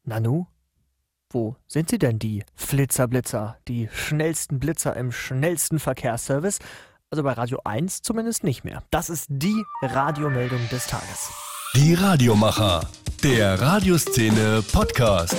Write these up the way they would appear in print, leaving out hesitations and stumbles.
Nanu, wo sind sie denn, die Flitzer-Blitzer, die schnellsten Blitzer im schnellsten Verkehrsservice? Also bei Radio 1 zumindest nicht mehr. Das ist die Radiomeldung des Tages. Die Radiomacher, der Radioszene Podcast.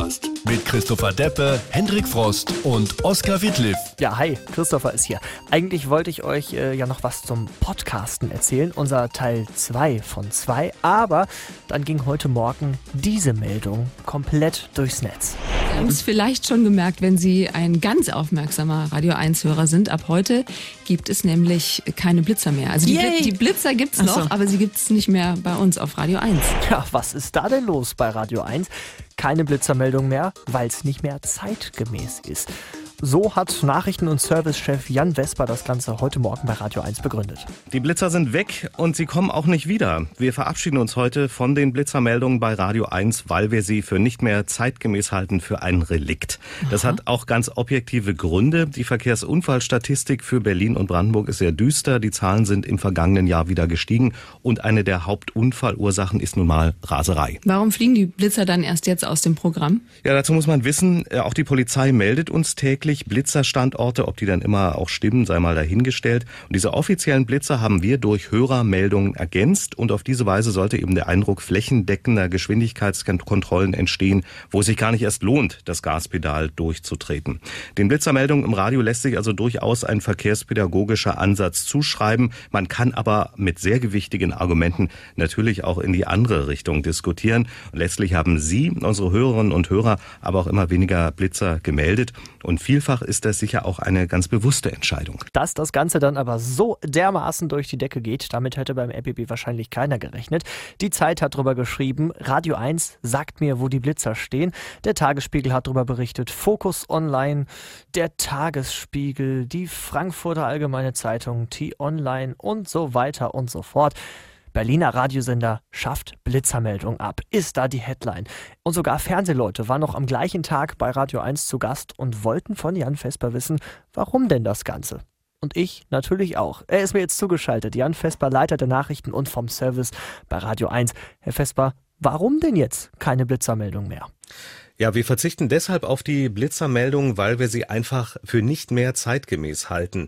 Mit Christopher Deppe, Hendrik Frost und Oskar Wittliff. Ja, hi, Christopher ist hier. Eigentlich wollte ich euch ja noch was zum Podcasten erzählen, unser Teil 2 von 2, aber dann ging heute Morgen diese Meldung komplett durchs Netz. Sie haben es vielleicht schon gemerkt, wenn Sie ein ganz aufmerksamer Radio 1-Hörer sind. Ab heute gibt es nämlich keine Blitzer mehr. Also die Blitzer gibt es noch, aber sie gibt es nicht mehr bei uns auf Radio 1. Ja, was ist da denn los bei Radio 1? Keine Blitzermeldung mehr, weil es nicht mehr zeitgemäß ist. So hat Nachrichten- und Servicechef Jan Vesper das Ganze heute Morgen bei Radio 1 begründet. Die Blitzer sind weg und sie kommen auch nicht wieder. Wir verabschieden uns heute von den Blitzermeldungen bei Radio 1, weil wir sie für nicht mehr zeitgemäß halten, für ein Relikt. Das hat auch ganz objektive Gründe. Die Verkehrsunfallstatistik für Berlin und Brandenburg ist sehr düster. Die Zahlen sind im vergangenen Jahr wieder gestiegen und eine der Hauptunfallursachen ist nun mal Raserei. Warum fliegen die Blitzer dann erst jetzt aus dem Programm? Ja, dazu muss man wissen, auch die Polizei meldet uns täglich Blitzerstandorte, ob die dann immer auch stimmen, sei mal dahingestellt. Und diese offiziellen Blitzer haben wir durch Hörermeldungen ergänzt und auf diese Weise sollte eben der Eindruck flächendeckender Geschwindigkeitskontrollen entstehen, wo es sich gar nicht erst lohnt, das Gaspedal durchzutreten. Den Blitzermeldungen im Radio lässt sich also durchaus ein verkehrspädagogischer Ansatz zuschreiben. Man kann aber mit sehr gewichtigen Argumenten natürlich auch in die andere Richtung diskutieren. Und letztlich haben Sie, unsere Hörerinnen und Hörer, aber auch immer weniger Blitzer gemeldet und vielfach ist das sicher auch eine ganz bewusste Entscheidung. Dass das Ganze dann aber so dermaßen durch die Decke geht, damit hätte beim RBB wahrscheinlich keiner gerechnet. Die Zeit hat drüber geschrieben, Radio 1 sagt mir, wo die Blitzer stehen. Der Tagesspiegel hat drüber berichtet, Focus Online, der Tagesspiegel, die Frankfurter Allgemeine Zeitung, T-Online und so weiter und so fort. Berliner Radiosender schafft Blitzermeldung ab, ist da die Headline. Und sogar Fernsehleute waren noch am gleichen Tag bei Radio 1 zu Gast und wollten von Jan Vesper wissen, warum denn das Ganze? Und ich natürlich auch. Er ist mir jetzt zugeschaltet. Jan Vesper, Leiter der Nachrichten und vom Service bei Radio 1. Herr Vesper, warum denn jetzt keine Blitzermeldung mehr? Ja, wir verzichten deshalb auf die Blitzermeldung, weil wir sie einfach für nicht mehr zeitgemäß halten.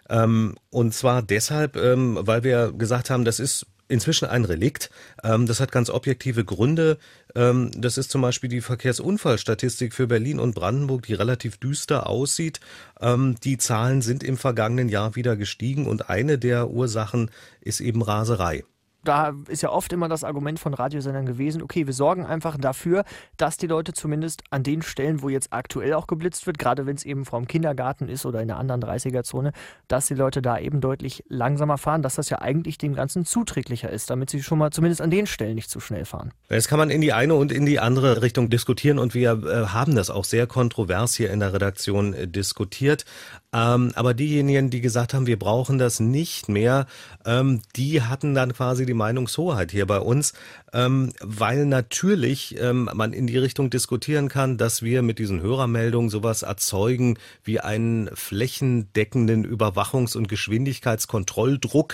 Und zwar deshalb, weil wir gesagt haben, das ist inzwischen ein Relikt. Das hat ganz objektive Gründe. Das ist zum Beispiel die Verkehrsunfallstatistik für Berlin und Brandenburg, die relativ düster aussieht. Die Zahlen sind im vergangenen Jahr wieder gestiegen und eine der Ursachen ist eben Raserei. Da ist ja oft immer das Argument von Radiosendern gewesen, okay, wir sorgen einfach dafür, dass die Leute zumindest an den Stellen, wo jetzt aktuell auch geblitzt wird, gerade wenn es eben vor dem Kindergarten ist oder in einer anderen 30er-Zone, dass die Leute da eben deutlich langsamer fahren, dass das ja eigentlich dem Ganzen zuträglicher ist, damit sie schon mal zumindest an den Stellen nicht zu schnell fahren. Das kann man in die eine und in die andere Richtung diskutieren und wir haben das auch sehr kontrovers hier in der Redaktion diskutiert. Aber diejenigen, die gesagt haben, wir brauchen das nicht mehr, die hatten dann quasi die Meinungshoheit hier bei uns, weil natürlich man in die Richtung diskutieren kann, dass wir mit diesen Hörermeldungen sowas erzeugen wie einen flächendeckenden Überwachungs- und Geschwindigkeitskontrolldruck.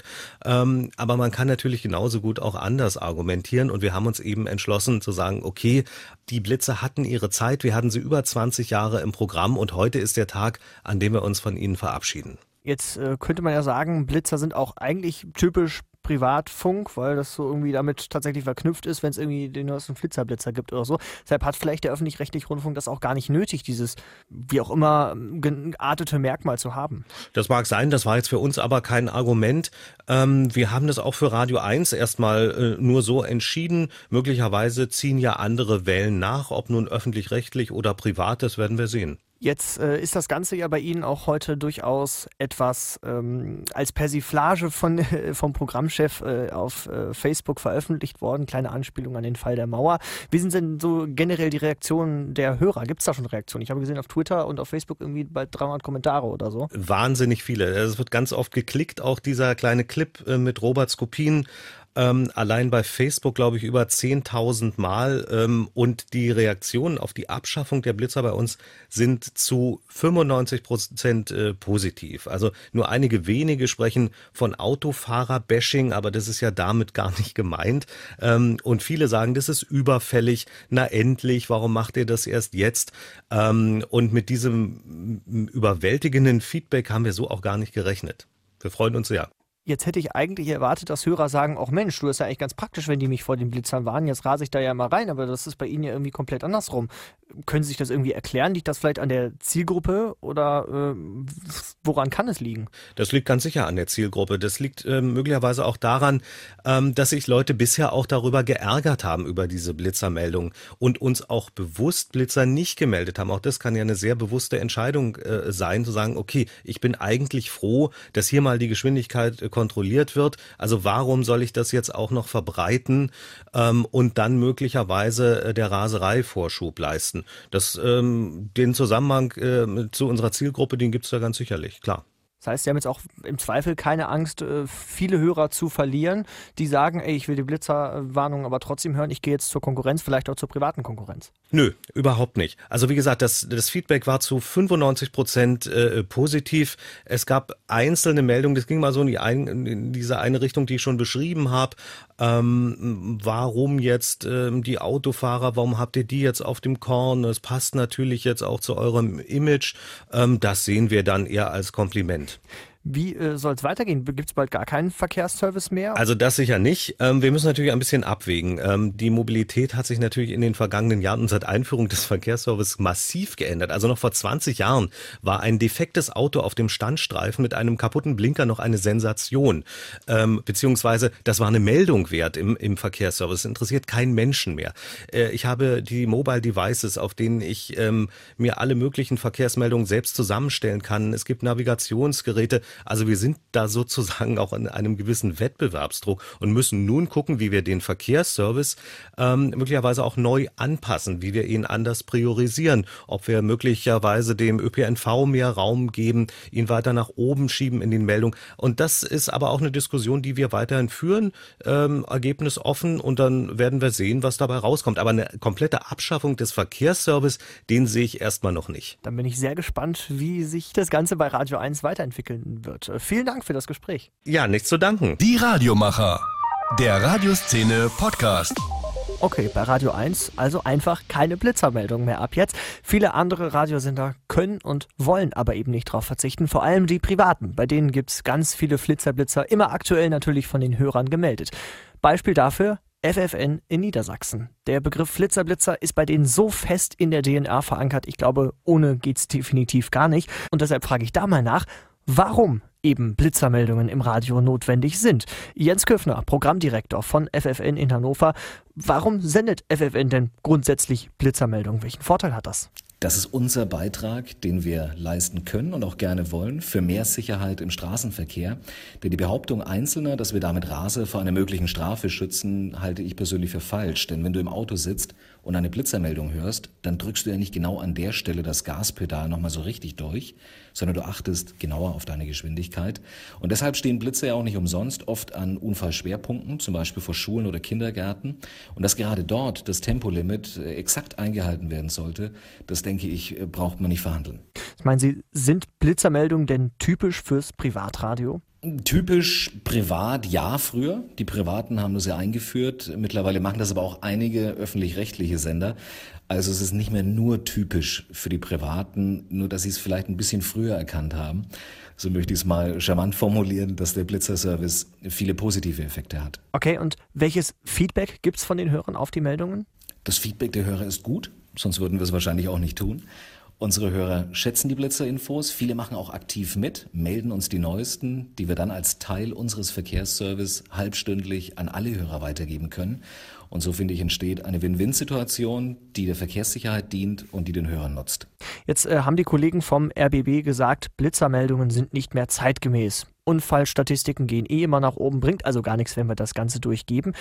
Aber man kann natürlich genauso gut auch anders argumentieren und wir haben uns eben entschlossen zu sagen, okay, die Blitzer hatten ihre Zeit, wir hatten sie über 20 Jahre im Programm und heute ist der Tag, an dem wir uns von ihnen verabschieden. Jetzt könnte man ja sagen, Blitzer sind auch eigentlich typisch Privatfunk, weil das so irgendwie damit tatsächlich verknüpft ist, wenn es irgendwie den neuesten Flitzerblitzer gibt oder so. Deshalb hat vielleicht der öffentlich-rechtliche Rundfunk das auch gar nicht nötig, dieses, wie auch immer, geartete Merkmal zu haben. Das mag sein, das war jetzt für uns aber kein Argument. Wir haben das auch für Radio 1 erstmal nur so entschieden. Möglicherweise ziehen ja andere Wellen nach, ob nun öffentlich-rechtlich oder privat, das werden wir sehen. Jetzt ist das Ganze ja bei Ihnen auch heute durchaus etwas als Persiflage vom Programmchef auf Facebook veröffentlicht worden. Kleine Anspielung an den Fall der Mauer. Wie sind denn so generell die Reaktionen der Hörer? Gibt es da schon Reaktionen? Ich habe gesehen, auf Twitter und auf Facebook irgendwie bald 300 Kommentare oder so. Wahnsinnig viele. Es wird ganz oft geklickt, auch dieser kleine Clip mit Robert Skopin. allein bei Facebook, glaube ich, über 10.000 Mal. Und die Reaktionen auf die Abschaffung der Blitzer bei uns sind zu 95% positiv. Also nur einige wenige sprechen von Autofahrer-Bashing, aber das ist ja damit gar nicht gemeint. Und viele sagen, das ist überfällig. Na endlich, warum macht ihr das erst jetzt? Und mit diesem überwältigenden Feedback haben wir so auch gar nicht gerechnet. Wir freuen uns sehr. Jetzt hätte ich eigentlich erwartet, dass Hörer sagen, ach Mensch, du ist ja eigentlich ganz praktisch, wenn die mich vor den Blitzern warnen. Jetzt rase ich da ja mal rein, aber das ist bei Ihnen ja irgendwie komplett andersrum. Können Sie sich das irgendwie erklären? Liegt das vielleicht an der Zielgruppe oder woran kann es liegen? Das liegt ganz sicher an der Zielgruppe. Das liegt möglicherweise auch daran, dass sich Leute bisher auch darüber geärgert haben, über diese Blitzermeldung und uns auch bewusst Blitzer nicht gemeldet haben. Auch das kann ja eine sehr bewusste Entscheidung sein, zu sagen, okay, ich bin eigentlich froh, dass hier mal die Geschwindigkeit kontrolliert wird. Also warum soll ich das jetzt auch noch verbreiten und dann möglicherweise der Raserei Vorschub leisten? Den Zusammenhang zu unserer Zielgruppe, den gibt es da ganz sicherlich, klar. Das heißt, Sie haben jetzt auch im Zweifel keine Angst, viele Hörer zu verlieren, die sagen, ey, ich will die Blitzerwarnung aber trotzdem hören, ich gehe jetzt zur Konkurrenz, vielleicht auch zur privaten Konkurrenz. Nö, überhaupt nicht. Also wie gesagt, das Feedback war zu 95% positiv. Es gab einzelne Meldungen, das ging mal so in diese eine Richtung, die ich schon beschrieben habe. Warum jetzt die Autofahrer, warum habt ihr die jetzt auf dem Korn? Es passt natürlich jetzt auch zu eurem Image. Das sehen wir dann eher als Kompliment. Wie soll es weitergehen? Gibt es bald gar keinen Verkehrsservice mehr? Also das sicher nicht. Wir müssen natürlich ein bisschen abwägen. Die Mobilität hat sich natürlich in den vergangenen Jahren und seit Einführung des Verkehrsservice massiv geändert. Also noch vor 20 Jahren war ein defektes Auto auf dem Standstreifen mit einem kaputten Blinker noch eine Sensation. Beziehungsweise das war eine Meldung wert im Verkehrsservice. Das interessiert keinen Menschen mehr. Ich habe die Mobile Devices, auf denen ich mir alle möglichen Verkehrsmeldungen selbst zusammenstellen kann. Es gibt Navigationsgeräte. Also wir sind da sozusagen auch in einem gewissen Wettbewerbsdruck und müssen nun gucken, wie wir den Verkehrsservice möglicherweise auch neu anpassen, wie wir ihn anders priorisieren, ob wir möglicherweise dem ÖPNV mehr Raum geben, ihn weiter nach oben schieben in den Meldungen. Und das ist aber auch eine Diskussion, die wir weiterhin führen, ergebnisoffen, und dann werden wir sehen, was dabei rauskommt. Aber eine komplette Abschaffung des Verkehrsservice, den sehe ich erstmal noch nicht. Dann bin ich sehr gespannt, wie sich das Ganze bei Radio 1 weiterentwickeln wird. Vielen Dank für das Gespräch. Ja, nichts zu danken. Die Radiomacher, der Radioszene Podcast. Okay, bei Radio 1 also einfach keine Blitzermeldung mehr ab jetzt. Viele andere Radiosender können und wollen aber eben nicht darauf verzichten, vor allem die privaten. Bei denen gibt es ganz viele Flitzer-Blitzer, immer aktuell natürlich von den Hörern gemeldet. Beispiel dafür FFN in Niedersachsen. Der Begriff Flitzer-Blitzer ist bei denen so fest in der DNA verankert, ich glaube, ohne geht's definitiv gar nicht. Und deshalb frage ich da mal nach, warum eben Blitzermeldungen im Radio notwendig sind. Jens Köfner, Programmdirektor von FFN in Hannover. Warum sendet FFN denn grundsätzlich Blitzermeldungen? Welchen Vorteil hat das? Das ist unser Beitrag, den wir leisten können und auch gerne wollen für mehr Sicherheit im Straßenverkehr. Denn die Behauptung Einzelner, dass wir damit Raser vor einer möglichen Strafe schützen, halte ich persönlich für falsch. Denn wenn du im Auto sitzt und eine Blitzermeldung hörst, dann drückst du ja nicht genau an der Stelle das Gaspedal nochmal so richtig durch, sondern du achtest genauer auf deine Geschwindigkeit. Und deshalb stehen Blitzer ja auch nicht umsonst oft an Unfallschwerpunkten, zum Beispiel vor Schulen oder Kindergärten. Und dass gerade dort das Tempolimit exakt eingehalten werden sollte, das denke ich, braucht man nicht verhandeln. Ich meine, sind Blitzermeldungen denn typisch fürs Privatradio? Typisch privat, ja, früher. Die Privaten haben das ja eingeführt. Mittlerweile machen das aber auch einige öffentlich-rechtliche Sender. Also es ist nicht mehr nur typisch für die Privaten, nur dass sie es vielleicht ein bisschen früher erkannt haben. So möchte ich es mal charmant formulieren, dass der Blitzerservice viele positive Effekte hat. Okay, und welches Feedback gibt es von den Hörern auf die Meldungen? Das Feedback der Hörer ist gut, sonst würden wir es wahrscheinlich auch nicht tun. Unsere Hörer schätzen die Blitzerinfos, viele machen auch aktiv mit, melden uns die neuesten, die wir dann als Teil unseres Verkehrsservice halbstündlich an alle Hörer weitergeben können. Und so, finde ich, entsteht eine Win-Win-Situation, die der Verkehrssicherheit dient und die den Hörern nutzt. Jetzt haben die Kollegen vom RBB gesagt, Blitzermeldungen sind nicht mehr zeitgemäß. Unfallstatistiken gehen immer nach oben, bringt also gar nichts, wenn wir das Ganze durchgeben.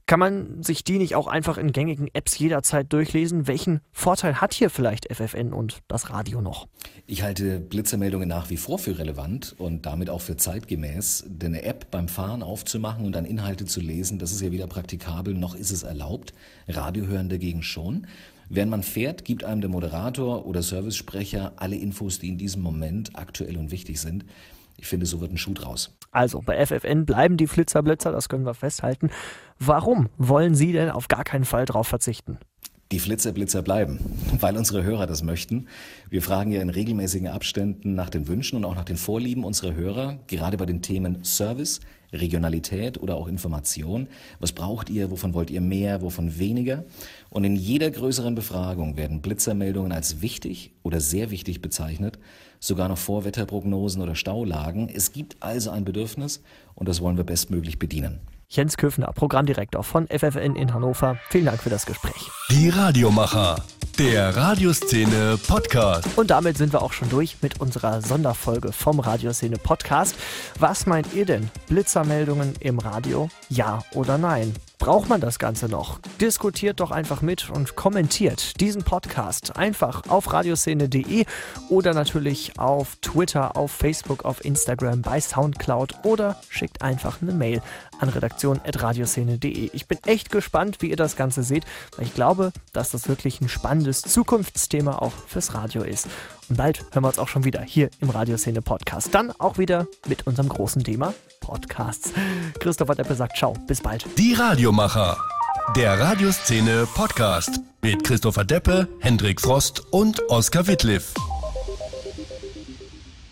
Kann man sich die nicht auch einfach in gängigen Apps jederzeit durchlesen? Welchen Vorteil hat hier vielleicht FFN und das Radio noch? Ich halte Blitzermeldungen nach wie vor für relevant und damit auch für zeitgemäß. Denn eine App beim Fahren aufzumachen und dann Inhalte zu lesen, das ist ja weder praktikabel noch ist es erlaubt. Radio hören dagegen schon. Während man fährt, gibt einem der Moderator oder Servicesprecher alle Infos, die in diesem Moment aktuell und wichtig sind. Ich finde, so wird ein Schuh draus. Also bei FFN bleiben die Flitzerblitzer, das können wir festhalten. Warum wollen Sie denn auf gar keinen Fall drauf verzichten? Die Flitzerblitzer bleiben, weil unsere Hörer das möchten. Wir fragen ja in regelmäßigen Abständen nach den Wünschen und auch nach den Vorlieben unserer Hörer, gerade bei den Themen Service, Regionalität oder auch Information. Was braucht ihr, wovon wollt ihr mehr, wovon weniger? Und in jeder größeren Befragung werden Blitzermeldungen als wichtig oder sehr wichtig bezeichnet, sogar noch vor Wetterprognosen oder Staulagen. Es gibt also ein Bedürfnis und das wollen wir bestmöglich bedienen. Jens Köfner, Programmdirektor von FFN in Hannover. Vielen Dank für das Gespräch. Die Radiomacher, der Radioszene Podcast. Und damit sind wir auch schon durch mit unserer Sonderfolge vom Radioszene Podcast. Was meint ihr denn? Blitzermeldungen im Radio? Ja oder nein? Braucht man das Ganze noch? Diskutiert doch einfach mit und kommentiert diesen Podcast einfach auf radioszene.de oder natürlich auf Twitter, auf Facebook, auf Instagram, bei Soundcloud oder schickt einfach eine Mail an redaktion@radioszene.de. Ich bin echt gespannt, wie ihr das Ganze seht, weil ich glaube, dass das wirklich ein spannendes Zukunftsthema auch fürs Radio ist. Und bald hören wir uns auch schon wieder hier im Radioszene Podcast. Dann auch wieder mit unserem großen Thema Podcasts. Christopher Deppe sagt ciao, bis bald. Die Radiomacher, der Radioszene Podcast mit Christopher Deppe, Hendrik Frost und Oskar Wittliff.